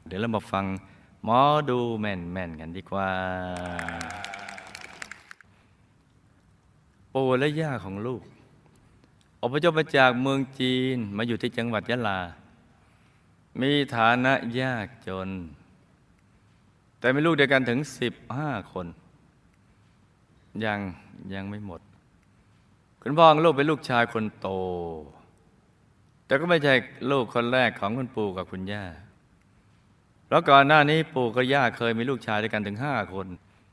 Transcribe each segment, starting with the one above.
เดี๋ยวเรามาฟังหมอดูแม่นๆกันดีกว่าปู่และย่าของลูกอพยพมาจากเมืองจีนมาอยู่ที่จังหวัดยะลามีฐานะยากจนแต่มีลูกเดียวกันถึง15 คนยังไม่หมดคุณพ่อของลูกเป็นลูกชายคนโตแต่ก็ไม่ใช่ลูกคนแรกของคุณปู่กับคุณย่าเพราะก่อนหน้านี้ปู่กับย่าเคยมีลูกชายด้วยกันถึง5 คน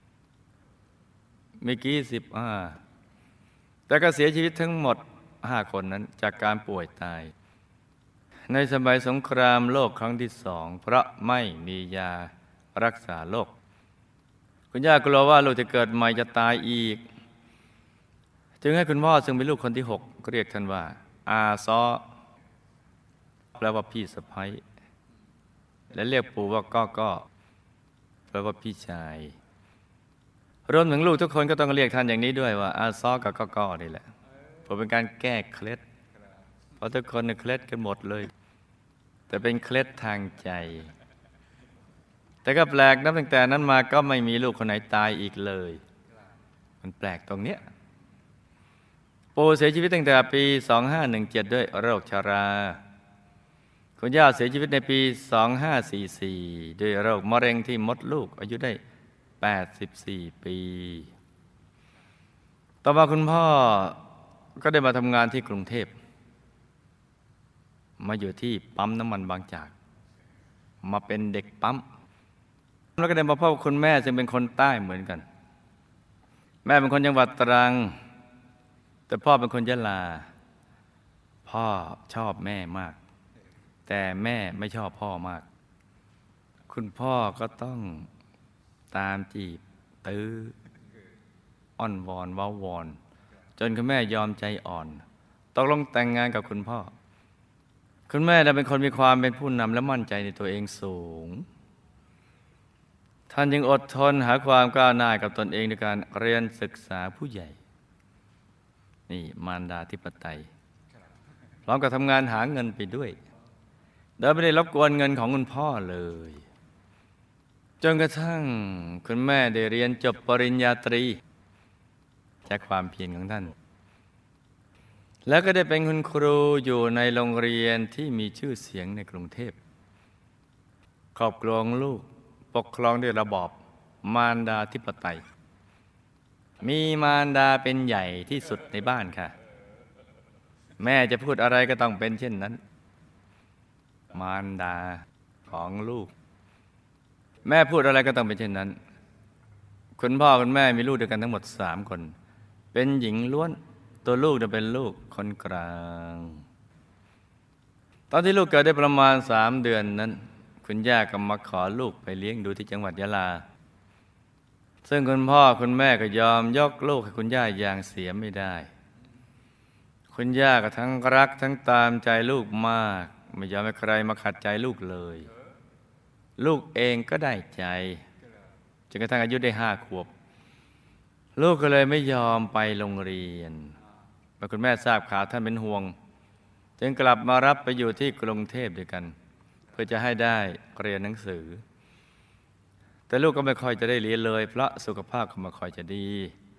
เมื่อกี้15แต่ก็เสียชีวิตทั้งหมด5 คนนั้นจากการป่วยตายในสมัยสงครามโลกครั้งที่2เพราะไม่มียารักษาโรคคุณย่ากลัวว่าลูกจะเกิดใหม่จะตายอีกจึงให้คุณพ่อซึ่งเป็นลูกคนที่6ก็เรียกท่านว่าอาซอแปลว่าพี่สะใภ้และเรียกปู่ว่าก็แปลว่าพี่ชายรวมถึงลูกทุกคนก็ต้องเรียกท่านอย่างนี้ด้วยว่าอาซอกับก็นี่แหละเพื่อเป็นการแก้เคล็ดเพราะทุกคนเนี่ยเคล็ดกันหมดเลยแต่เป็นเคล็ดทางใจแต่ก็แปลกนับตั้งแต่นั้นมาก็ไม่มีลูกคนไหนตายอีกเลยมันแปลกตรงเนี้ยปู่เสียชีวิตตั้งแต่ปี2517ด้วยโรคชราคุณย่าเสียชีวิตในปี2544ด้วยโรคมะเร็งที่มดลูกอายุได้84 ปีต่อมาคุณพ่อก็ได้มาทำงานที่กรุงเทพมาอยู่ที่ปั๊มน้ำมันบางจากมาเป็นเด็กปั๊มแล้วก็ได้มาพบคุณแม่ซึ่งเป็นคนใต้เหมือนกันแม่เป็นคนจังหวัดตรังแต่พ่อเป็นคนยะลาพ่อชอบแม่มากแต่แม่ไม่ชอบพ่อมากคุณพ่อก็ต้องตามจีบตื้ออ้อนวอนเว้าวอนจนคุณแม่ยอมใจอ่อนตกลงแต่งงานกับคุณพ่อคุณแม่เป็นคนมีความเป็นผู้นำและมั่นใจในตัวเองสูงท่านยังอดทนหาความก้าวหน้ากับตนเองในการเรียนศึกษาผู้ใหญ่นี่มารดาธิปไตยพร้อมกับทำงานหาเงินไปด้วยโดยไม่ได้รบกวนเงินของคุณพ่อเลยจนกระทั่งคุณแม่ได้เรียนจบปริญญาตรีจากความเพียรของท่านแล้วก็ได้เป็นคุณครูอยู่ในโรงเรียนที่มีชื่อเสียงในกรุงเทพครอบครองลูกปกครองด้วยระบอบมารดาธิปไตยมีมารดาเป็นใหญ่ที่สุดในบ้านค่ะแม่จะพูดอะไรก็ต้องเป็นเช่นนั้นมารดาของลูกแม่พูดอะไรก็ต้องเป็นเช่นนั้นคุณพ่อคุณแม่มีลูกด้วยกันทั้งหมด3 คนเป็นหญิงล้วนตัวลูกจะเป็นลูกคนกลางตอนที่ลูกเกิดได้ประมาณ3 เดือนนั้นคุณย่าก็มาขอลูกไปเลี้ยงดูที่จังหวัดยะลาซึ่งคุณพ่อคุณแม่ก็ยอมยกลูกให้คุณย่าอย่างเสียไม่ได้คุณย่าก็ทั้งรักทั้งตามใจลูกมากไม่ยอมให้ใครมาขัดใจลูกเลยลูกเองก็ได้ใจจนกระทั่งอายุได้5 ขวบลูกก็เลยไม่ยอมไปโรงเรียนเมื่อคุณแม่ทราบข่าวท่านเป็นห่วงจึงกลับมารับไปอยู่ที่กรุงเทพด้วยกันเพื่อจะให้ได้เรียนหนังสือแต่ลูกก็ไม่ค่อยจะได้เรียนเลยเพราะสุขภาพก็ไม่ค่อยจะดี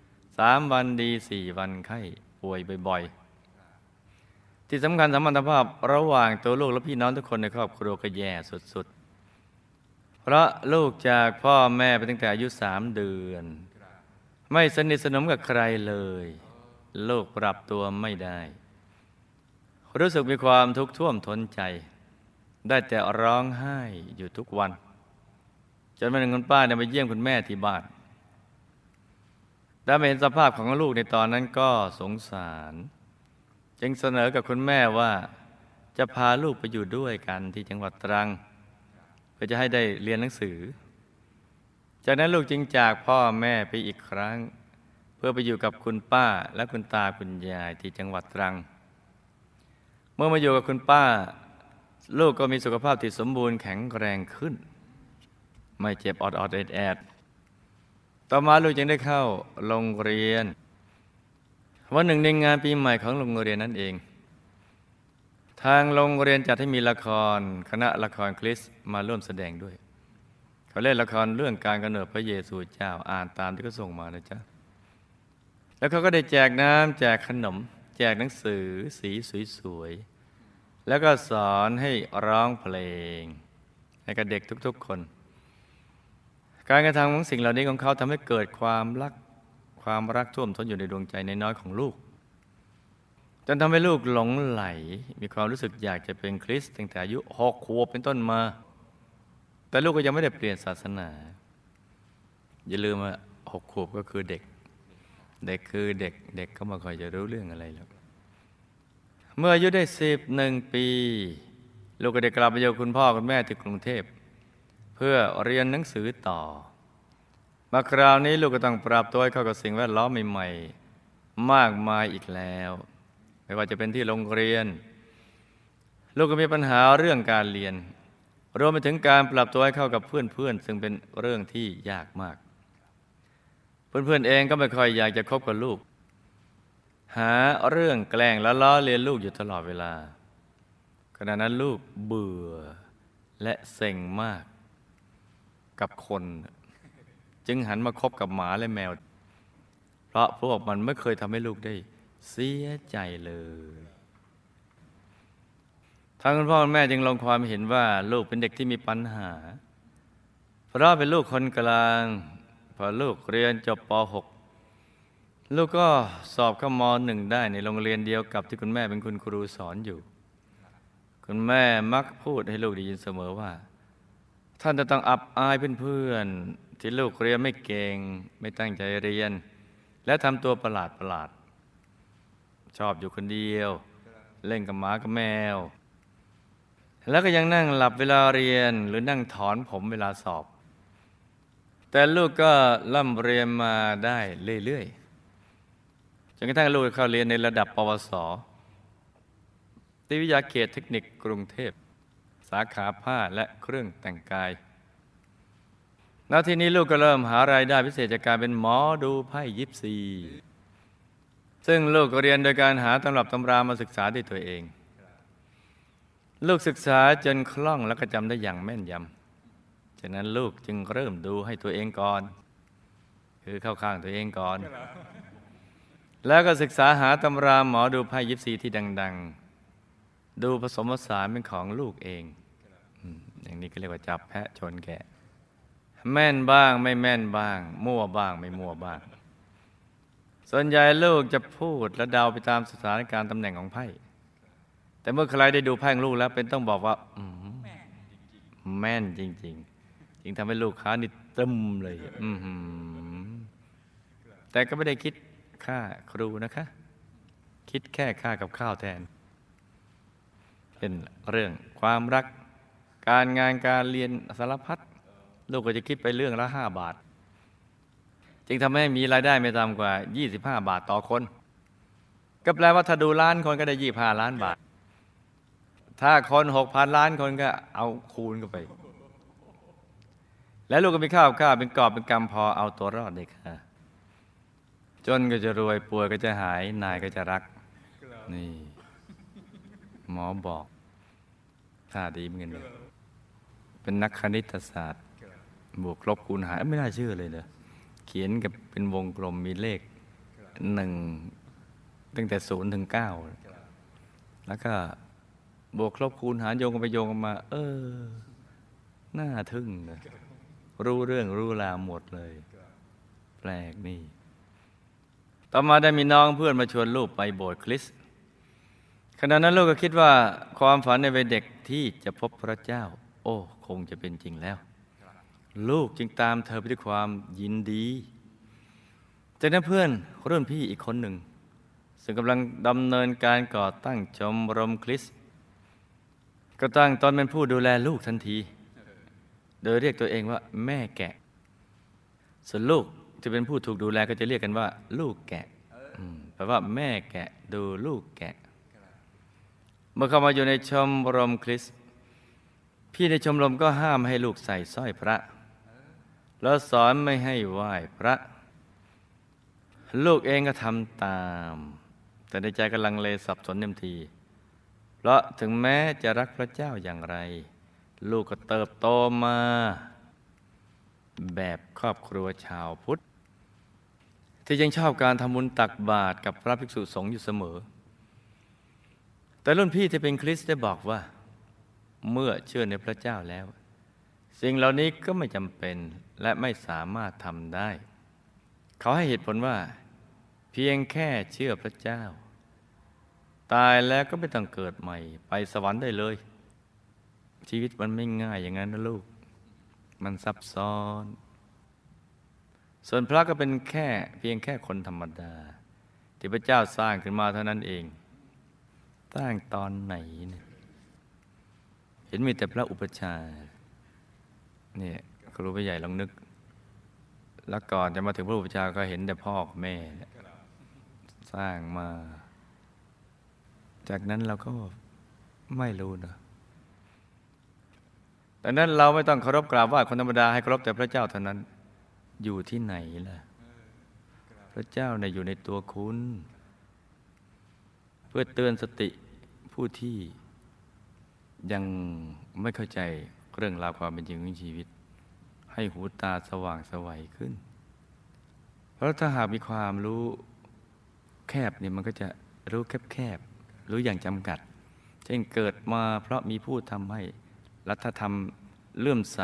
3 วันดี4 วันไข้ป่วยบ่อยๆที่สำคัญสัมพันธภาพระหว่างตัวลูกและพี่น้องทุกคนในครอบครัวก็แย่สุดๆเพราะลูกจากพ่อแม่ไปตั้งแต่อายุ3 เดือนไม่สนิทสนมกับใครเลยลูกปรับตัวไม่ได้รู้สึกมีความทุกข์ท่วมท้นใจได้แต่ร้องไห้อยู่ทุกวันจนวันหนึ่งคุณป้าไปเยี่ยมคุณแม่ที่บ้านได้มาเห็นสภาพของลูกในตอนนั้นก็สงสารจึงเสนอกับคุณแม่ว่าจะพาลูกไปอยู่ด้วยกันที่จังหวัดตรังเพื่อจะให้ได้เรียนหนังสือจากนั้นลูกจึงจากพ่อแม่ไปอีกครั้งเพื่อไปอยู่กับคุณป้าและคุณตาคุณยายที่จังหวัดตรังเมื่อมาอยู่กับคุณป้าลูกก็มีสุขภาพที่สมบูรณ์แข็งแรงขึ้นไม่เจ็บออดแอดต่อมาลูกจึงได้เข้าโรงเรียนวันหนึ่งในงานปีใหม่ของโรงเรียนนั่นเองทางโรงเรียนจัดให้มีละครคณะละครคริสต์มาร่วมแสดงด้วยเขาเล่นละครเรื่องการกำเนิดพระเยซูเจ้าอ่านตามที่เขาส่งมานะจ๊ะแล้วเขาก็ได้แจกน้ำแจกขนมแจกหนังสือสีสวยๆแล้วก็สอนให้ร้องเพลงให้กับเด็กทุกๆคนการกระทำของสิ่งเหล่านี้ของเขาทำให้เกิดความรักท่วมท้นอยู่ในดวงใจน้อยๆของลูกจนทำให้ลูกหลงไหลมีความรู้สึกอยากจะเป็นคริสต์ตั้งแต่อายุ6 ขวบเป็นต้นมาแต่ลูกก็ยังไม่ได้เปลี่ยนศาสนาอย่าลืมว่า6 ขวบก็คือเด็กคือเด็กก็ไม่ค่อยจะรู้เรื่องอะไรหรอกเมื่ออายุได้11 ปีลูกก็ได้กลับไปอยู่คุณพ่อคุณแม่ที่กรุงเทพเพื่อเรียนหนังสือต่อมาคราวนี้ลูกก็ต้องปรับตัวให้เข้ากับสิ่งแวดล้อมใหม่ๆมากมายอีกแล้วไม่ว่าจะเป็นที่โรงเรียนลูกก็มีปัญหาเรื่องการเรียนรวมไปถึงการปรับตัวให้เข้ากับเพื่อนๆซึ่งเป็นเรื่องที่ยากมากเพื่อนๆเองก็ไม่ค่อยอยากจะคบกับลูกหาเรื่องแกล้งและล้อเลียนลูกอยู่ตลอดเวลาขณะนั้นลูกเบื่อและเซ็งมากกับคนจึงหันมาคบกับหมาและแมวเพราะพวกมันไม่เคยทำให้ลูกได้เสียใจเลยทางคุณพ่อคุณแม่จึงลงความเห็นว่าลูกเป็นเด็กที่มีปัญหาเพราะเป็นลูกคนกลางพอลูกเรียนจบป .6 ลูกก็สอบเข้าม .1 ได้ในโรงเรียนเดียวกับที่คุณแม่เป็นคุณครูสอนอยู่คุณแม่มักพูดให้ลูกได้ยินเสมอว่าท่านจะต้องอับอายเพื่อนๆที่ลูกเรียนไม่เก่งไม่ตั้งใจเรียนและทำตัวประหลาดชอบอยู่คนเดียวเล่นกับหมากับแมวแล้วก็ยังนั่งหลับเวลาเรียนหรือนั่งถอนผมเวลาสอบแต่ลูกก็ร่ำเรียนมาได้เรื่อยๆจนกระทั่งลูกเข้าเรียนในระดับปวสที่วิทยาเขตเทคนิคกรุงเทพสาขาผ้าและเครื่องแต่งกายณที่นี้ลูกก็เริ่มหารายได้พิเศษจากการเป็นหมอดูไพ่ยิปซีซึ่งลูกก็เรียนโดยการหาตำรับตำรามาศึกษาด้วยตัวเองลูกศึกษาจนคล่องและก็จำได้อย่างแม่นยำฉะนั้นลูกจึงเริ่มดูให้ตัวเองก่อนคือเข้าข้างตัวเองก่อนแล้วก็ศึกษาหาตำราหมอดูไพ่ยิปซีที่ดังๆดูผสมผสานเป็นของลูกเองอย่างนี้ก็เรียกว่าจับแพะชนแกะแม่นบ้างไม่แม่นบ้างมั่วบ้างไม่มั่วบ้างส่วนใหญ่ลูกจะพูดและเดาไปตามสถานการณ์ตำแหน่งของไพ่แต่เมื่อใครได้ดูไพ่ของลูกแล้วเป็นต้องบอกว่าแม่นจริงๆจึงทำให้ลูกค้านี่ตึมเลยแต่ก็ไม่ได้คิดค่าครูนะคะคิดแค่ค่ากับข้าวแทนเป็นเรื่องความรักการงานการเรียนสารพัดลูกก็จะคิดไปเรื่องละ5 บาทจึงทำให้มีรายได้ไม่ต่ำกว่า25 บาทต่อคนก็แปลว่าถ้าดูล้านคนก็ได้25 ล้านบาทถ้าคน 6,000 ล้านคนก็เอาคูณกันไปแล้วลูกก็มีข้าวเป็นกอบเป็นกำพอเอาตัวรอดเด็กค่ะจนก็จะรวยป่วยก็จะหายนายก็จะรักนี่หมอบอกท่าดีเหมือนกันเลยเป็นนักคณิตศาสตร์บวกลบคูณหารไม่น่าเชื่อเลยเนอะเขียนกับเป็นวงกลมมีเลข1ตั้งแต่0 ถึง 9แล้วก็บวกลบคูณหารโยงกันไปโยงกันมาน่าทึ่งเลยรู้เรื่องรู้ราวหมดเลยแปลกนี่ต่อมาได้มีน้องเพื่อนมาชวนลูกไปโบสถ์คริสต์ขณะนั้นลูกก็คิดว่าความฝันในวัยเด็กที่จะพบพระเจ้าโอ้คงจะเป็นจริงแล้วลูกจึงตามเธอไปด้วยความยินดีจากนั้นเพื่อนรุ่นพี่อีกคนหนึ่งซึ่งกำลังดำเนินการก่อตั้งชมรมคริสต์ก็ตั้งตนเป็นผู้ดูแลลูกทันทีโดยเรียกตัวเองว่าแม่แกะส่วนลูกจะเป็นผู้ถูกดูแลก็จะเรียกกันว่าลูกแกะแปลว่าแม่แกะดูลูกแกะเมื่อเข้ามาอยู่ในชมรมคริสต์พี่ในชมรมก็ห้ามให้ลูกใส่สร้อยพระแล้วสอนไม่ให้ไหว้พระลูกเองก็ทำตามแต่ในใจกำลังเลสับสนเต็มทีเพราะถึงแม้จะรักพระเจ้าอย่างไร ลูกก็เติบโตมาแบบครอบครัวชาวพุทธที่ยังชอบการทำบุญตักบาตรกับพระภิกษุสงฆ์อยู่เสมอแต่รุ่นพี่ที่เป็นคริสต์ได้บอกว่าเมื่อเชื่อในพระเจ้าแล้วสิ่งเหล่านี้ก็ไม่จำเป็นและไม่สามารถทำได้เขาให้เหตุผลว่าเพียงแค่เชื่อพระเจ้าตายแล้วก็ไม่ต้องเกิดใหม่ไปสวรรค์ได้เลยชีวิตมันไม่ง่ายอย่างนั้นนะลูกมันซับซ้อนส่วนพระก็เป็นเพียงแค่คนธรรมดาที่พระเจ้าสร้างขึ้นมาเท่านั้นเองสร้างตอนไหนเนี่ยเห็นมีแต่พระอุปชฌาย์เนี่ยครูผู้ใหญ่ลองนึกแล้วก่อนจะมาถึงพระอุปชฌาย์ก็เห็นแต่พ่อกับแม่สร้างมาจากนั้นเราก็ไม่รู้นะแต่นั้นเราไม่ต้องเคารพกราบไหว้คนธรรมดาให้เคารพแต่พระเจ้าเท่านั้นอยู่ที่ไหนล่ะพระเจ้าเนี่ยอยู่ในตัวคุณเพื่อเตือนสติผู้ที่ยังไม่เข้าใจเรื่องราวความเป็นจริงของชีวิตให้หูตาสว่างไสวขึ้นเพราะถ้าหากมีความรู้แคบเนี่ยมันก็จะรู้แคบๆรู้อย่างจำกัดเช่นเกิดมาเพราะมีผู้ทำให้รัฐธรรมเลื่อมใส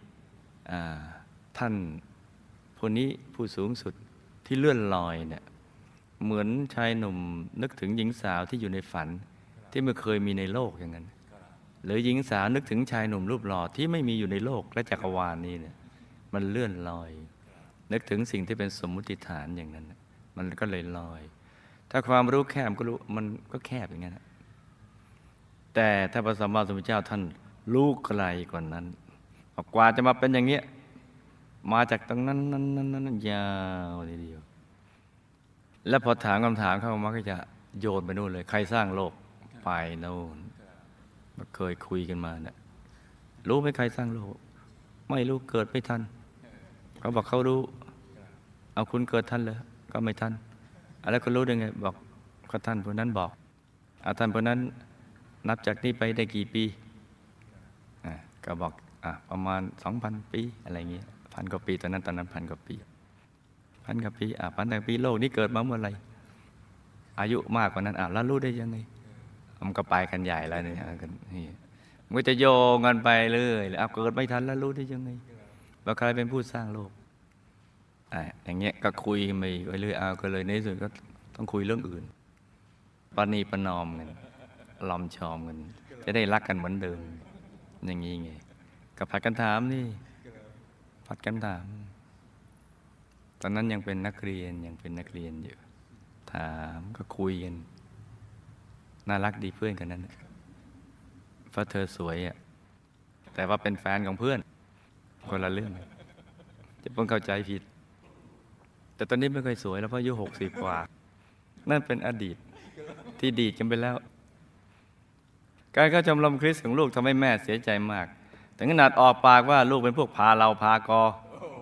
ท่านผู้นี้ผู้สูงสุดที่เลื่อนลอยเนี่ยเหมือนชายหนุ่มนึกถึงหญิงสาวที่อยู่ในฝันที่ไม่เคยมีในโลกอย่างนั้นหรือหญิงสาวนึกถึงชายหนุ่มรูปหล่อที่ไม่มีอยู่ในโลกและจักรวาลนี้เนี่ยมันเลื่อนลอยนึกถึงสิ่งที่เป็นสมมุติฐานอย่างนั้นมันก็เลยลอยถ้าความรู้แคบก็รู้มันก็แคบอย่างนั้นแต่ถ้าพระสัมมาสัมพุทธเจ้าท่านรู้ไกลกว่านั้นกว่าจะมาเป็นอย่างเงี้ยมาจากตรงนั้นยาวทีเดียวแล้วพอถามคำถามเข้ามาก็จะโยนไปนู่นเลยใครสร้างโลกไปโน่นเคยคุยกันมาเนี่ยรู้ไหมใครสร้างโลกไม่รู้เกิดไม่ทันเขาบอกเขารู้เอาคุณเกิดทันเลยก็ไม่ทันอะไรคุณรู้ได้ไงบอกก็ท่านผู้นั้นบอกท่านผู้นั้นนับจากนี้ไปได้กี่ปีก็บอกประมาณ 2,000 ปีอะไรเงี้ยพันกว่าปีตอนนั้นพันกว่าปีพันกว่าปีโลกนี้เกิดมาเมื่อไรอายุมากกว่านั้นแล้วรู้ได้ยังไงมันก็ไปกันใหญ่แล้วเนี่ยมันก็จะโยงกันไปเลยแล้วเกิดไม่ทันแล้วรู้ได้ยังไงว่าใครเป็นผู้สร้างโลกอย่างเงี้ยก็คุยกันไปเรื่อยก็เลยในที่สุดก็ต้องคุยเรื่องอื่นปณีประนอมกันลอมชอมกันจะได้รักกันเหมือนเดิมอย่างนี้ไงกับผัดกันถามนี่ผัดกันถามตอนนั้นยังเป็นนักเรียนอยู่ถามก็คุยกันน่ารักดีเพื่อนกันนั้นเพราะเธอสวยแต่ว่าเป็นแฟนของเพื่อนคนละเรื่องจะเพิ่งเข้าใจผิดแต่ตอนนี้ไม่ค่อยสวยแล้วเพราะอายุ60 กว่านั่นเป็นอดีตที่ดีกันไปแล้วการเข้าชมรมคริสต์ของลูกทำให้แม่เสียใจมากถึงขนาดออกปากว่าลูกเป็นพวกพาเราพากอ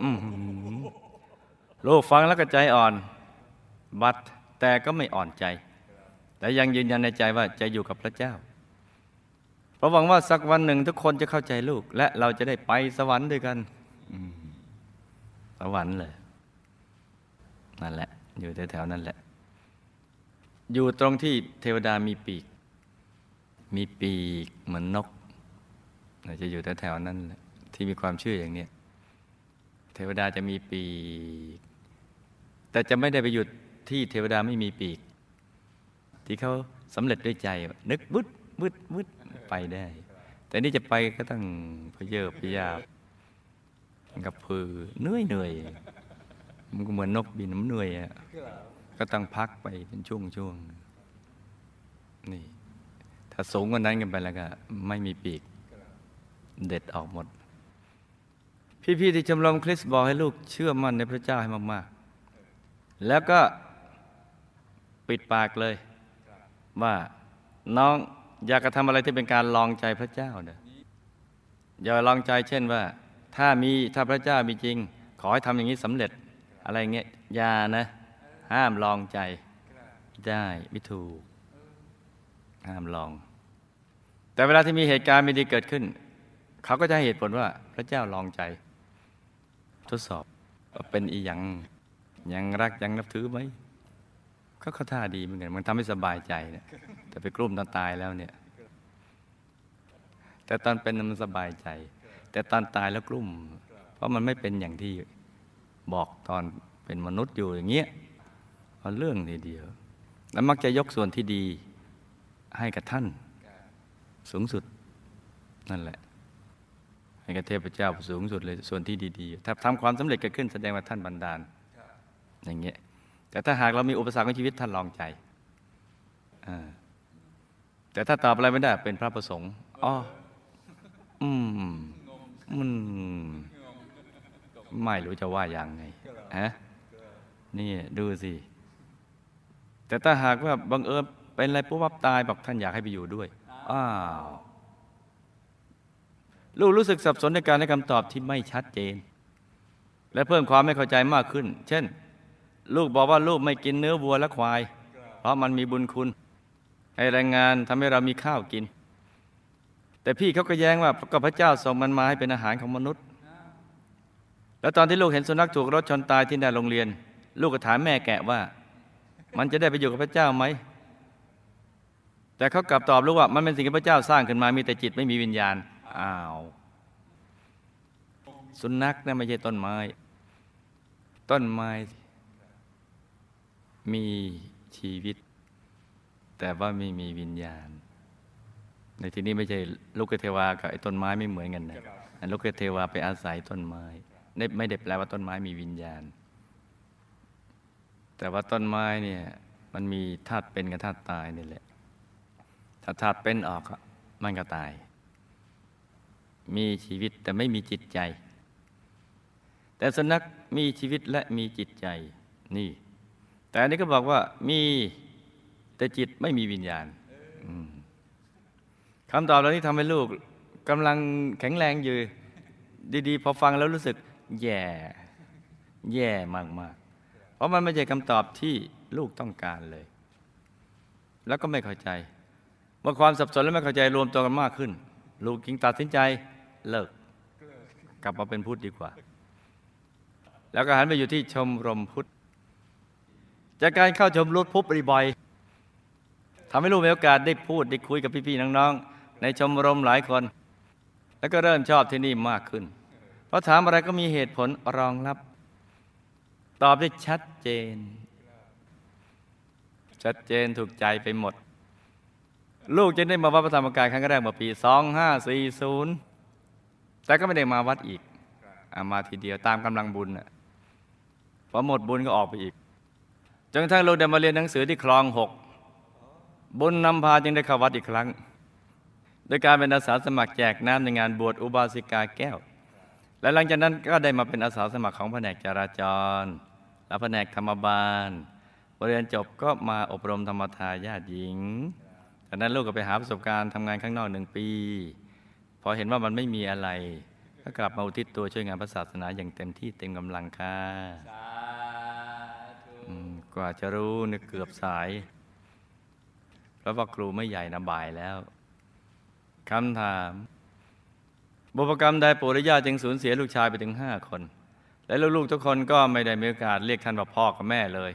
ลูกฟังแล้วก็ใจอ่อนแต่ก็ไม่อ่อนใจแต่ยังยืนยันในใจว่าจะอยู่กับพระเจ้าเพราะหวังว่าสักวันหนึ่งทุกคนจะเข้าใจลูกและเราจะได้ไปสวรรค์ด้วยกันสวรรค์เลยนั่นแหละอยู่แถวๆนั่นแหละอยู่ตรงที่เทวดามีปีกเหมือนนกจะอยู่แถวๆนั้นแหละที่มีความเชื่ออย่างนี้เทวดาจะมีปีกแต่จะไม่ได้ไปหยุดที่เทวดาไม่มีปีกที่เขาสำเร็จด้วยใจนึกบึดไปได้แต่นี่จะไปก็ต้องพเยอะพยาบกับพือเหนื่อยมันก็เหมือนนกบินมันเหนื่อยก็ต้องพักไปเป็นช่วงนี่ถ้าสูงกว่านั้นกันไปแล้วก็ไม่มีปีกเด็ดออกหมดพี่ๆที่ชมรมคริสต์บอกให้ลูกเชื่อมั่นในพระเจ้าให้มากๆแล้วก็ปิดปากเลยว่าน้องอยากจะทำอะไรที่เป็นการลองใจพระเจ้าเนี่ยอย่าลองใจเช่นว่าถ้าพระเจ้ามีจริงขอให้ทำอย่างนี้สำเร็จอะไรเงี้ยอย่านะห้ามลองใจได้ไม่ถูกห้ามลองแต่เวลาที่มีเหตุการณ์ไม่ดีเกิดขึ้นเขาก็จะให้เหตุผลว่าพระเจ้าลองใจทดสอบว่าเป็นอีหยังรักยังนับถือไหมเขาท่าดีเหมือนกันมันทำให้สบายใจเนี่ยแต่ไปกลุ้มตอนตายแล้วเนี่ยแต่ตอนเป็นมันสบายใจ แต่ตอนตายแล้วกลุ้มเพราะมันไม่เป็นอย่างที่บอกตอนเป็นมนุษย์อยู่อย่างเงี้ยเอาเรื่องทีเดียวแล้วมักจะยกส่วนที่ดีให้กับท่านสูงสุดนั่นแหละให้กับเทพเจ้าสูงสุดเลยส่วนที่ดีๆถ้าทำความสำเร็จเกิดขึ้นแสดงว่าท่านบันดาลอย่างเงี้ยแต่ถ้าหากเรามีอุปสรรคของชีวิตท่านลองใจแต่ถ้าตอบอะไรไม่ได้เป็นพระประสงค์มันไม่รู้จะว่ายังไงนี่ดูสิแต่ถ้าหากว่าบังเอิญเป็นอะไรปุ๊บวับตายบอกท่านอยากให้ไปอยู่ด้วยลูกรู้สึกสับสนในการให้คำตอบที่ไม่ชัดเจนและเพิ่มความไม่เข้าใจมากขึ้นเช่นลูกบอกว่าลูกไม่กินเนื้อวัวและควายเพราะมันมีบุญคุณให้แรงงานทำให้เรามีข้าวกินแต่พี่เขาก็แย้งว่าก็พระเจ้าส่งมันมาให้เป็นอาหารของมนุษย์แล้วตอนที่ลูกเห็นสุนัขถูกรถชนตายที่หน้าโรงเรียนลูกก็ถามแม่แกะว่ามันจะได้ไปอยู่กับพระเจ้าไหมแต่เขากลับตอบลูกว่ามันเป็นสิ่งที่พระเจ้าสร้างขึ้นมามีแต่จิตไม่มีวิญญาณสุนัขนั่นไม่ใช่ต้นไม้มีชีวิตแต่ว่าไม่มีวิญญาณในที่นี้ไม่ใช่ลูกเทวากับไอ้ต้นไม้ไม่เหมือนกันนะลูกเทวาไปอาศัยต้นไม้ไม่ได้แปลว่าต้นไม้มีวิญญาณแต่ว่าต้นไม้เนี่ยมันมีธาตุเป็นกับธาตุตายนี่แหละถ้าธาตุเป็นออกมันก็ตายมีชีวิตแต่ไม่มีจิตใจแต่สุนัขมีชีวิตและมีจิตใจนี่แต่อันนี้ก็บอกว่ามีแต่จิตไม่มีวิญญาณคำตอบเหล่านี้ทำให้ลูกกำลังแข็งแรงอยู่ดีๆพอฟังแล้วรู้สึกแย่มากๆเพราะมันไม่ใช่คำตอบที่ลูกต้องการเลยแล้วก็ไม่เข้าใจเมื่อความสับสนและไม่เข้าใจรวมตัวกันมากขึ้นลูกจึงตัดสินใจเลิกกลับมาเป็นพุทธดีกว่าแล้วก็หันไปอยู่ที่ชมรมพุทธจากการเข้าชมรมพุทธบ่อยๆทำให้ลูกมีโอกาสได้พูดได้คุยกับพี่ๆน้องๆในชมรมหลายคนแล้วก็เริ่มชอบที่นี่มากขึ้นเพราะถามอะไรก็มีเหตุผลรองรับตอบได้ชัดเจนถูกใจไปหมดลูกจะได้มาวัดพระธรรมกายครั้งแรกเมื่อปี 2540แต่ก็ไม่ได้มาวัดอีกมาทีเดียวตามกำลังบุญพอหมดบุญก็ออกไปอีกจนกระทั่งลูกได้มาเรียนหนังสือที่คลอง 6บุญนำพาจึงได้เข้าวัดอีกครั้งโดยการเป็นอาสาสมัครแจกน้ำในงานบวชอุบาสิกาแก้วและหลังจากนั้นก็ได้มาเป็นอาสาสมัครของแผนกจราจรและแผนกธรรมบาลพอเรียนจบก็มาอบรมธรรมทายาทหญิงจากนั้นลูกก็ไปหาประสบการณ์ทำงานข้างนอก1 ปีพอเห็นว่ามันไม่มีอะไรก็กลับมาอุทิศตัวช่วยงานพระศาสนาอย่างเต็มที่เต็มกำลังค่ะกว่าจะรู้นึกเกือบสายเพราะว่าครูไม่ใหญ่นะบ่ายแล้วคำถามบุพกรรมใดปู่และย่าจึงสูญเสียลูกชายไปถึง5 คนและลูกๆทุกคนก็ไม่ได้มีโอกาสเรียกท่านว่าพ่อกับแม่เลย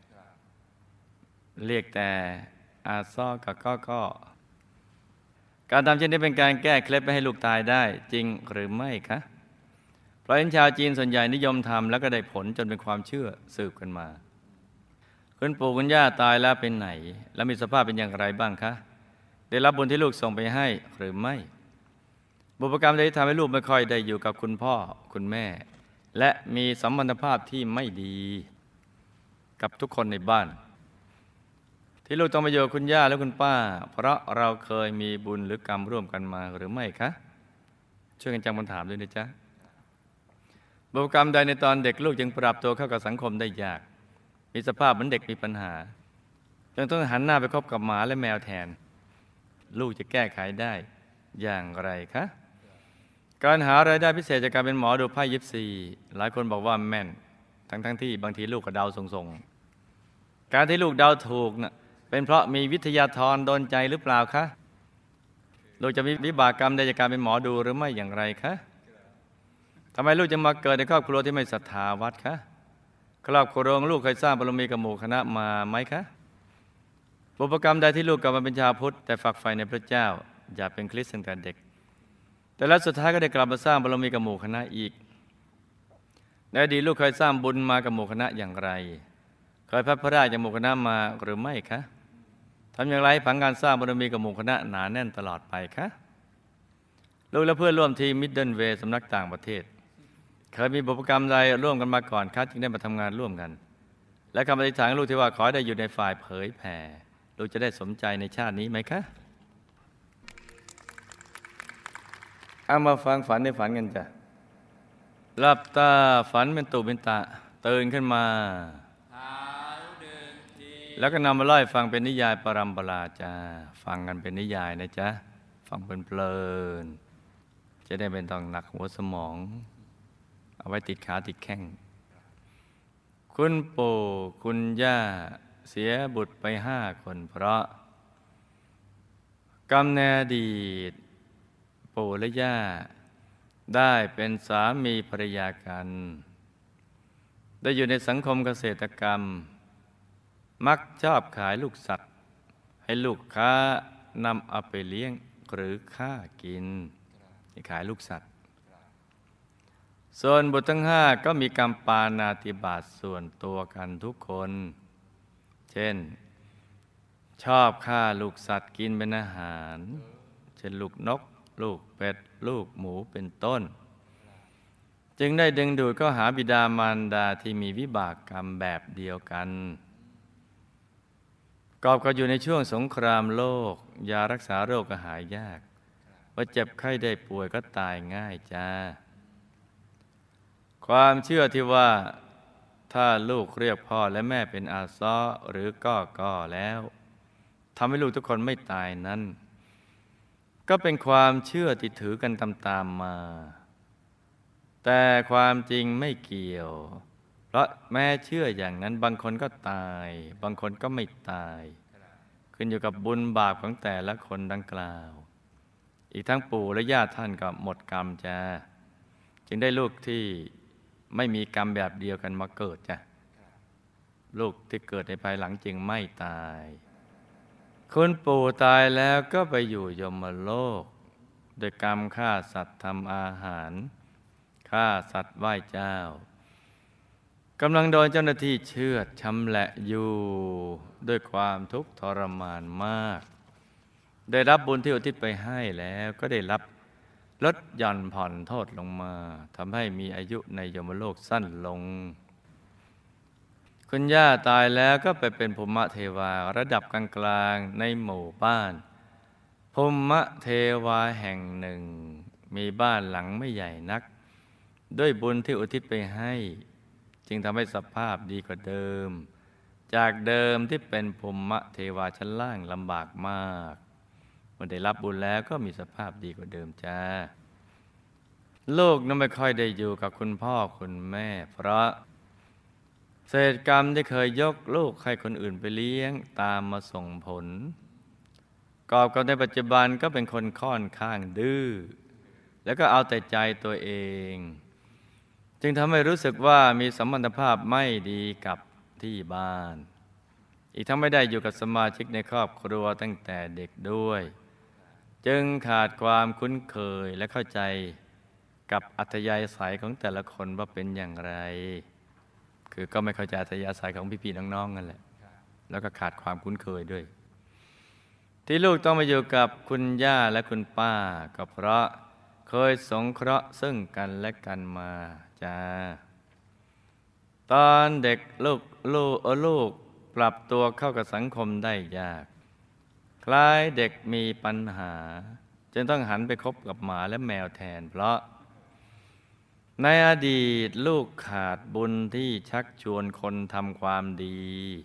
เรียกแต่อาซ้อกับก็การทำเช่นนี้เป็นการแก้เคล็ดไม่ให้ลูกตายได้จริงหรือไม่คะเพราะเห็นชาวจีนส่วนใหญ่นิยมทำแล้วก็ได้ผลจนเป็นความเชื่อสืบกันมาคุณปู่คุณย่าตายแล้วเป็นไหนและมีสภาพเป็นอย่างไรบ้างคะได้รับบุญที่ลูกส่งไปให้หรือไม่บุพกรรมใดที่ทำให้ลูกไม่ค่อยได้อยู่กับคุณพ่อคุณแม่และมีสัมพันธภาพที่ไม่ดีกับทุกคนในบ้านที่ลูกต้องมาอยู่กับคุณย่าและคุณป้าเพราะเราเคยมีบุญหรือกรรมร่วมกันมาหรือไม่คะช่วยกันจำคำถามด้วยนะจ๊ะบุพกรรมใดในตอนเด็กลูกจึงปรับตัวเข้ากับสังคมได้ยากมีสภาพเหมือนเด็กมีปัญหาจนต้องหันหน้าไปคบกับหมาและแมวแทนลูกจะแก้ไขได้อย่างไรคะการหารายได้พิเศษจากการเป็นหมอดูไพ่24หลายคนบอกว่าแม่นทั้งที่บางทีลูกก็เดาส่งการที่ลูกเดาถูกน่ะเป็นเพราะมีวิทยาธรโดนใจหรือเปล่าคะลูกจะมีวิบากกรรมใดจากการเป็นหมอดูหรือไม่อย่างไรคะทำไมลูกจึงมาเกิดในครอบครัวที่ไม่ศรัทธาวัดคะครอบครัวของลูกเคยสร้างบารมีกับหมู่คณะมาไหมคะบุพกรรมใดที่ลูกกลับมาเป็นชาวพุทธแต่ฝักใฝ่ในพระเจ้าอยากเป็นคริสต์ตั้งแต่เด็กแต่แล้วสุดท้ายก็ได้กลับมาสร้างบารมีกับหมู่คณะอีกในอดีตลูกเคยสร้างบุญมากับหมู่คณะอย่างไรเคยพัดพรากจากหมู่คณะมาหรือไม่คะทำอย่างไรผังการสร้างบารมีกับหมู่คณะหนาแน่นตลอดไปคะลูกและเพื่อนร่วมทีมมิดเดิลเวย์สำนักต่างประเทศเคยมีบุพกรรมใดร่วมกันมาก่อนคะจึงได้มาทำงานร่วมกันและคำอธิษฐานของลูกที่ว่าขอได้อยู่ในฝ่ายเผยแผ่ลูกจะได้สมใจในชาตินี้ไหมคะเอามาฟังฝันในฝันกันจ้ะหลับตาฝันเป็นตุเป็นตะตื่นขึ้นมาแล้วก็นำมาเล่าให้ฟังเป็นนิยายปรัมปราจ้าฟังกันเป็นนิยายนะจ๊ะฟังเพลินๆจะได้เป็นต้องหนักหัวสมองเอาไว้ติดขาติดแข้งคุณปู่คุณย่าเสียบุตรไป5 คนเพราะกรรมในอดีตปู่และย่าได้เป็นสามีภรรยากันได้อยู่ในสังคมเกษตรกรรมมักชอบขายลูกสัตว์ให้ลูกค้านำเอาไปเลี้ยงหรือฆ่ากินขายลูกสัตว์ส่วนบุตรทั้ง5ก็มีกรรมปาณาติบาตส่วนตัวกันทุกคนเช่นชอบฆ่าลูกสัตว์กินเป็นอาหารเช่นลูกนกลูกเป็ดลูกหมูเป็นต้นจึงได้ดึงดูดเข้าหาบิดามารดาที่มีวิบากกรรมแบบเดียวกันกอบก็อยู่ในช่วงสงครามโลกยารักษาโรคก็หายยากว่าเจ็บไข้ได้ป่วยก็ตายง่ายจ้าความเชื่อที่ว่าถ้าลูกเรียกพ่อและแม่เป็นอาซ้อหรือก็แล้วทำให้ลูกทุกคนไม่ตายนั้นก็เป็นความเชื่อที่ถือกันตามๆมาแต่ความจริงไม่เกี่ยวเพราะแม้เชื่ออย่างนั้นบางคนก็ตายบางคนก็ไม่ตายขึ้นอยู่กับบุญบาปของแต่ละคนดังกล่าวอีกทั้งปู่และย่าท่านก็หมดกรรมจ้าจึงได้ลูกที่ไม่มีกรรมแบบเดียวกันมาเกิดจ้ะลูกที่เกิดในภายหลังจึงไม่ตายคุณปู่ตายแล้วก็ไปอยู่ยมโลกโดยกรรมฆ่าสัตว์ทำอาหารฆ่าสัตว์ไหว้เจ้ากำลังโดนเจ้าหน้าที่เชือดชำแหละอยู่ด้วยความทุกข์ทรมานมากได้รับบุญที่อุทิศไปให้แล้วก็ได้รับลดหย่อนผ่อนโทษลงมาทำให้มีอายุในยมโลกสั้นลงคุณย่าตายแล้วก็ไปเป็นภูมิเทวาระดับกลางๆในหมู่บ้านภูมิเทวาแห่งหนึ่งมีบ้านหลังไม่ใหญ่นักด้วยบุญที่อุทิศไปให้จึงทำให้สภาพดีกว่าเดิมจากเดิมที่เป็นภูมิเทวาชั้นล่างลำบากมากเมื่อได้รับบุญแล้วก็มีสภาพดีกว่าเดิมจ้าลูกนั้นไม่ค่อยได้อยู่กับคุณพ่อคุณแม่เพราะเศษกรรมที่เคยยกลูกให้คนอื่นไปเลี้ยงตามมาส่งผลกอบกับในปัจจุบันก็เป็นคนค่อนข้างดื้อแล้วก็เอาแต่ใจตัวเองจึงทำให้รู้สึกว่ามีสัมพันธภาพไม่ดีกับที่บ้านอีกทั้งไม่ได้อยู่กับสมาชิกในครอบครัวตั้งแต่เด็กด้วยจึงขาดความคุ้นเคยและเข้าใจกับอัธยาศัยของแต่ละคนว่าเป็นอย่างไรคือก็ไม่เข้าใจอัธยาศัยของพี่ๆน้องๆนั่นแหละแล้วก็ขาดความคุ้นเคยด้วยที่ลูกต้องมาอยู่กับคุณย่าและคุณป้าก็เพราะเคยสงเคราะห์ซึ่งกันและกันมาจ้าตอนเด็กลูกปรับตัวเข้ากับสังคมได้ยากคล้ายเด็กมีปัญหาจนต้องหันไปคบกับหมาและแมวแทนเพราะในอดีตลูกขาดบุญที่ชักชวนคนทำความดี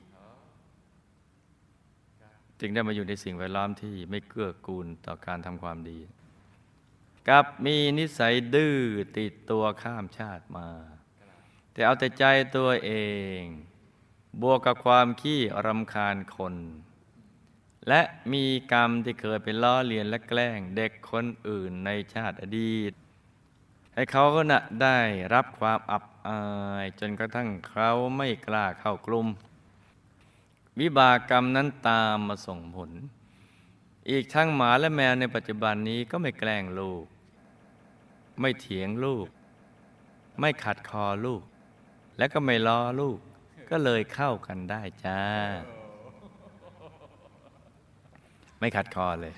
จึงได้มาอยู่ในสิ่งแวดล้อมที่ไม่เกื้อกูลต่อการทำความดีกับมีนิสัยดื้อติดตัวข้ามชาติมาแต่เอาแต่ใจตัวเองบวกกับความขี้รำคาญคนและมีกรรมที่เคยไปล้อเลียนและแกล้งเด็กคนอื่นในชาติอดีตให้เขาก็น่ะได้รับความอับอายจนกระทั่งเขาไม่กล้าเข้ากลุ่มวิบากกรรมนั้นตามมาส่งผลอีกทั้งหมาและแมวในปัจจุบันนี้ก็ไม่แกล้งลูกไม่เถียงลูกไม่ขัดคอลูกและก็ไม่ล้อลูกก็เลยเข้ากันได้จ้าไม่ขัดคอเลย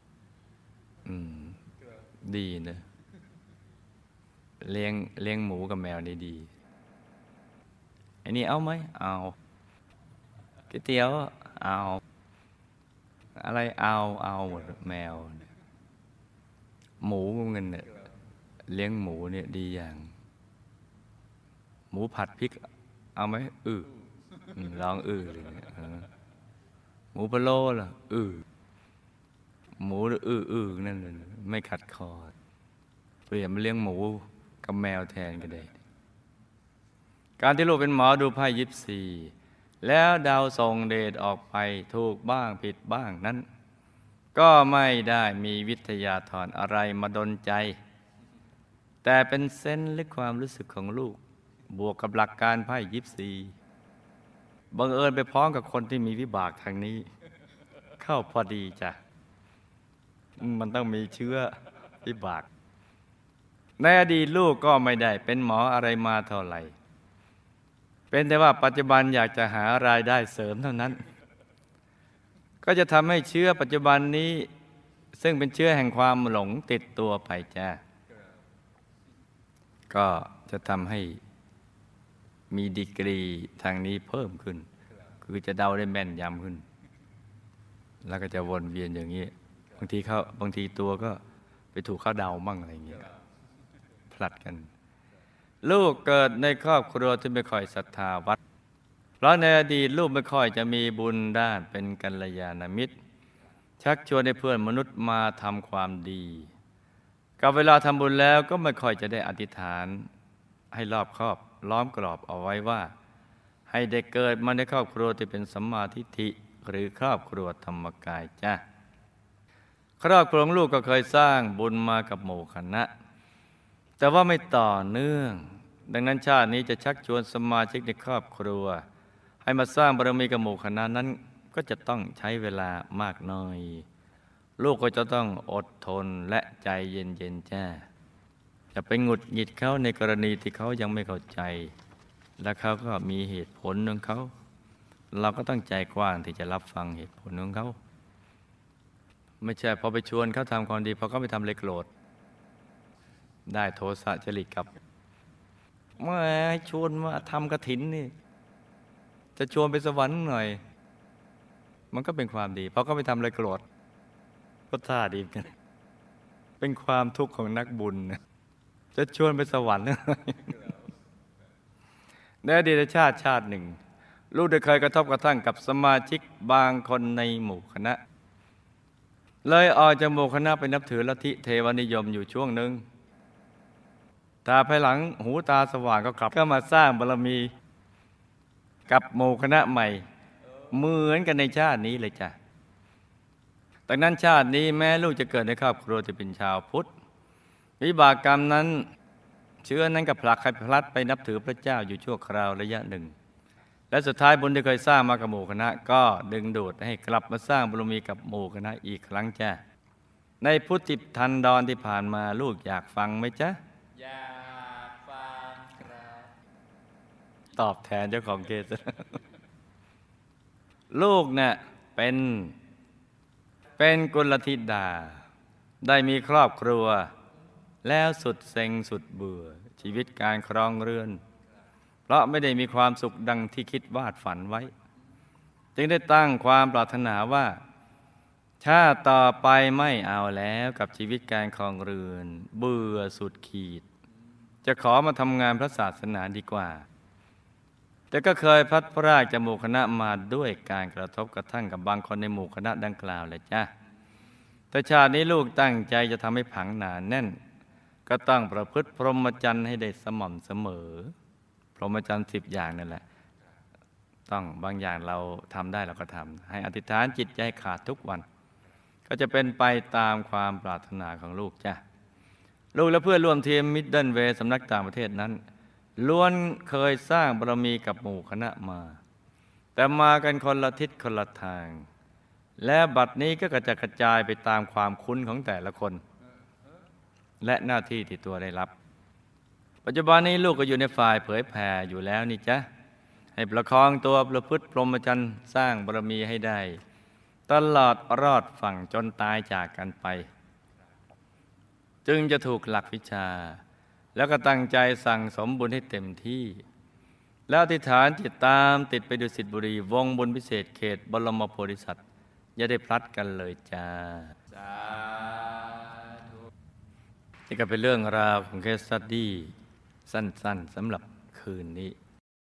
ดีนะเลี้ยงหมูกับแมวนี่ดีไอ้นี่เอาไหมเอาก๋วยเตี๋ยวเอาอะไรเอาหมดแมวหมูเงินเนี่ยเลี้ยงหมูเนี่ยดีอย่างหมูผัดพริกเอาไหมลองเลยหมูพะโล้ล่ะหมูนั่นเลยไม่ขัดคอเปลี่ยนมาเลี้ยงหมูกับแมวแทนก็ได้การที่ลูกเป็นหมอดูไพ่ยิปซีแล้วดาวส่งเดชออกไปถูกบ้างผิดบ้างนั้นก็ไม่ได้มีวิทยาธรอะไรมาดลใจแต่เป็นเซนส์หรือความรู้สึกของลูกบวกกับหลักการไพ่ยิปซีบังเอิญไปพร้อมกับคนที่มีวิบากทางนี้เข้าพอดีจ้ะมันต้องมีเชื้อวิบากในอดีตลูกก็ไม่ได้เป็นหมออะไรมาเท่าไหร่เป็นแต่ว่าปัจจุบันอยากจะหารายได้เสริมเท่านั้นก็จะทำให้เชื้อปัจจุบันนี้ซึ่งเป็นเชื้อแห่งความหลงติดตัวไปจ้ะก็จะทำให้มีดีกรีทางนี้เพิ่มขึ้นคือจะเดาได้แม่นยำขึ้นแล้วก็จะวนเวียนอย่างนี้บางทีตัวก็ไปถูกเขาเดามั่งอะไรอย่างเงี้ยผลัดกันลูกเกิดในครอบครัวที่ไม่ค่อยศรัทธาวัดเพราะในอดีตลูกไม่ค่อยจะมีบุญด้านเป็นกัลยาณมิตรชักชวนให้เพื่อนมนุษย์มาทำความดีกับเวลาทำบุญแล้วก็ไม่ค่อยจะได้อธิษฐานให้รอบคอบล้อมกรอบเอาไว้ว่าให้ได้เกิดมาในครอบครัวที่เป็นสัมมาทิฏฐิหรือครอบครัวธรรมกายจ้ะครอบครัวลูกก็เคยสร้างบุญมากับหมู่คณะแต่ว่าไม่ต่อเนื่องดังนั้นชาตินี้จะชักชวนสมาชิกในครอบครัวให้มาสร้างบารมีกับหมู่คณะนั้นก็จะต้องใช้เวลามากหน่อยลูกก็จะต้องอดทนและใจเย็นๆจ้าจะไปหงุดหงิดเขาในกรณีที่เขายังไม่เข้าใจและเขาก็มีเหตุผลของเขาเราก็ต้องใจกว้างที่จะรับฟังเหตุผลของเขาไม่ใช่พอไปชวนเขาทำความดีพอเขาไปทำเลยโกรธได้โทสะจริตกับเมื่อให้ชวนมาทำกฐินนี่จะชวนไปสวรรค์หน่อยมันก็เป็นความดีพอเขาไปทำเลยโกรธก็ท่าดีกันเป็นความทุกข์ของนักบุญจะชวนไปสวรรค์ในอดีตชาติหนึ่งลูกได้เคยกระทบกระทั่งกับสมาชิกบางคนในหมู่คณะเลยออกจากหมู่คณะไปนับถือลัทธิเทวนิยมอยู่ช่วงหนึ่งแต่ภายหลังหูตาสว่างก็กลับเข้ามาสร้างบารมีกับหมู่คณะใหม่เหมือนกันในชาตินี้เลยจ้ะดังนั้นชาตินี้แม้ลูกจะเกิดในครอบครัวที่เป็นชาวพุทธวิบากกรรมนั้นเชื้อนั้นกับผลักให้พลัดไปนับถือพระเจ้าอยู่ชั่วคราวระยะหนึ่งและสุดท้ายบุญที่เคยสร้างมากับหมู่คณะก็ดึงดูดให้กลับมาสร้างบารมีกับหมู่คณะอีกครั้งจ้ะในพุทธิทันดรที่ผ่านมาลูกอยากฟังไหมจ๊ะอยากฟังครับตอบแทนเจ้าของเกสลูกเนี่ยเป็นกุลธิดาได้มีครอบครัวแล้วสุดเซ็งสุดเบื่อชีวิตการครองเรือนเพราะไม่ได้มีความสุขดังที่คิดวาดฝันไว้จึงได้ตั้งความปรารถนาว่าชาติต่อไปไม่เอาแล้วกับชีวิตการครองเรือนเบื่อสุดขีดจะขอมาทำงานพระศาสนาดีกว่าแต่ก็เคยพลัดพรากจากหมู่คณะมาด้วยการกระทบกระทั่งกับบางคนในหมู่คณะดังกล่าวแหละจ้ะแต่ชาตินี้ลูกตั้งใจจะทำให้ผังหนาแน่นก็ต้องประพฤติพรหมจรรย์ให้ได้สม่ำเสมอพรหมจรรย์10 อย่างนั่นแหละต้องบางอย่างเราทำได้เราก็ทำให้อธิษฐานจิตใจขาดทุกวันก็จะเป็นไปตามความปรารถนาของลูกจ้ะลูกและเพื่อนร่วมทีมมิดเดิลเวย์สำนักต่างประเทศนั้นล้วนเคยสร้างบารมีกับหมู่คณะมาแต่มากันคนละทิศคนละทางและบัดนี้ก็กระจัดกระจายไปตามความคุ้นของแต่ละคนและหน้าที่ที่ตัวได้รับปัจจุบันนี้ลูกก็อยู่ในฝ่ายเผยแผ่อยู่แล้วนี่จ๊ะให้ประคองตัวประพฤติพรหมจรรย์สร้างบารมีให้ได้ตลอดรอดฝั่งจนตายจากกันไปจึงจะถูกหลักวิชาแล้วก็ตั้งใจสั่งสมบุญให้เต็มที่แล้วอธิษฐานจิตตามติดไปดุสิตบุรีวงบุญพิเศษเขตบรมโพธิสัตว์อย่าได้พลัดกันเลยจ้านี่ก็เป็นเรื่องราวของเคสสตั๊ดดี้สั้นๆสำหรับคืนนี้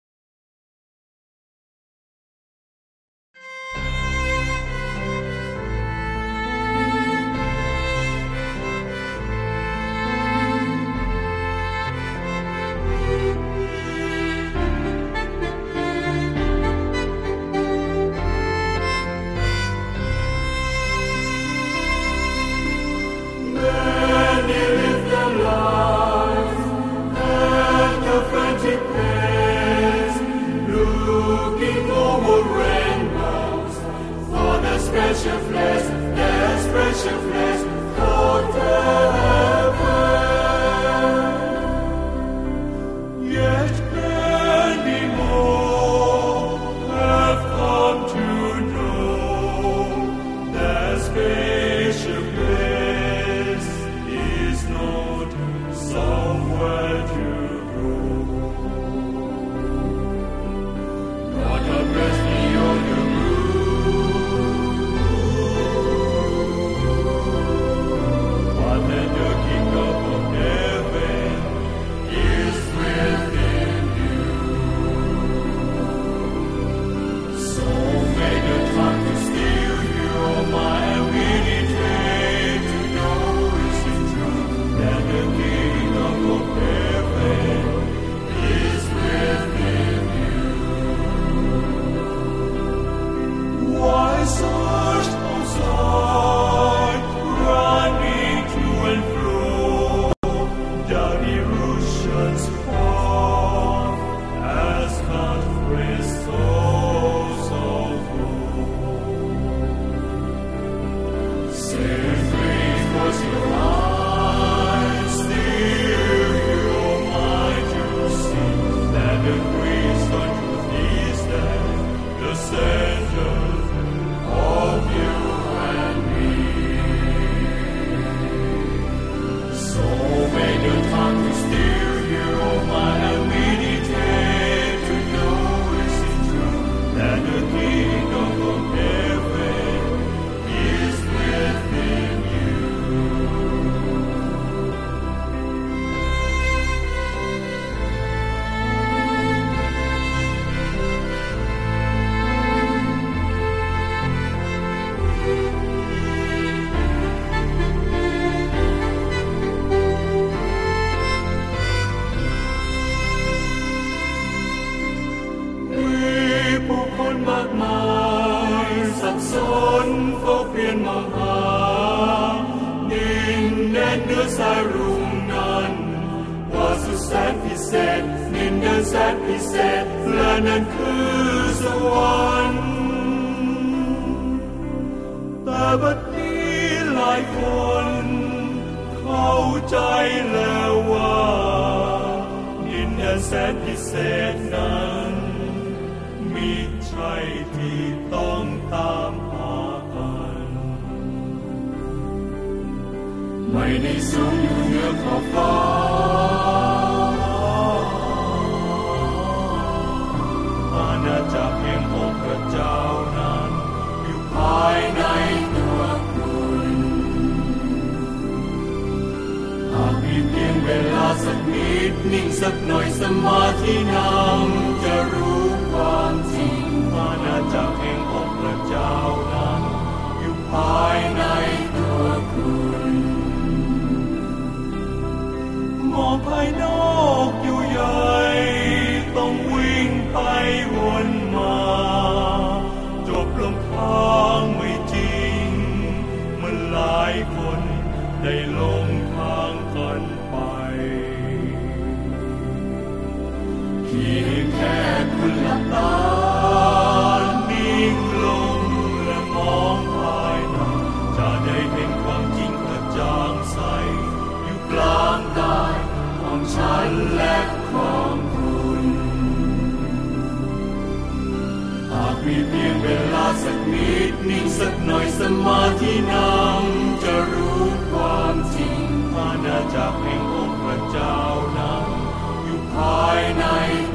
ไม่ได้สูงอยู่เหนือขอบฟ้าอาณาจักรแห่งองค์พระเจ้านั้นอยู่ภายในตัวคุณหากมีเพียงเวลาสักนิดนิ่งสักหน่อยสมาธินำจะรู้ความจริงอาณาจักรแห่งองค์พระเจ้านั้นอยู่ภายในตัวคุณมองภายนอกอยู่ใหญ่ต้องวิ่งไปวนมาสมาธินำจะรู้ความจริงอาณาจักรแห่งองค์พระเจ้านั้นอยู่ภายใน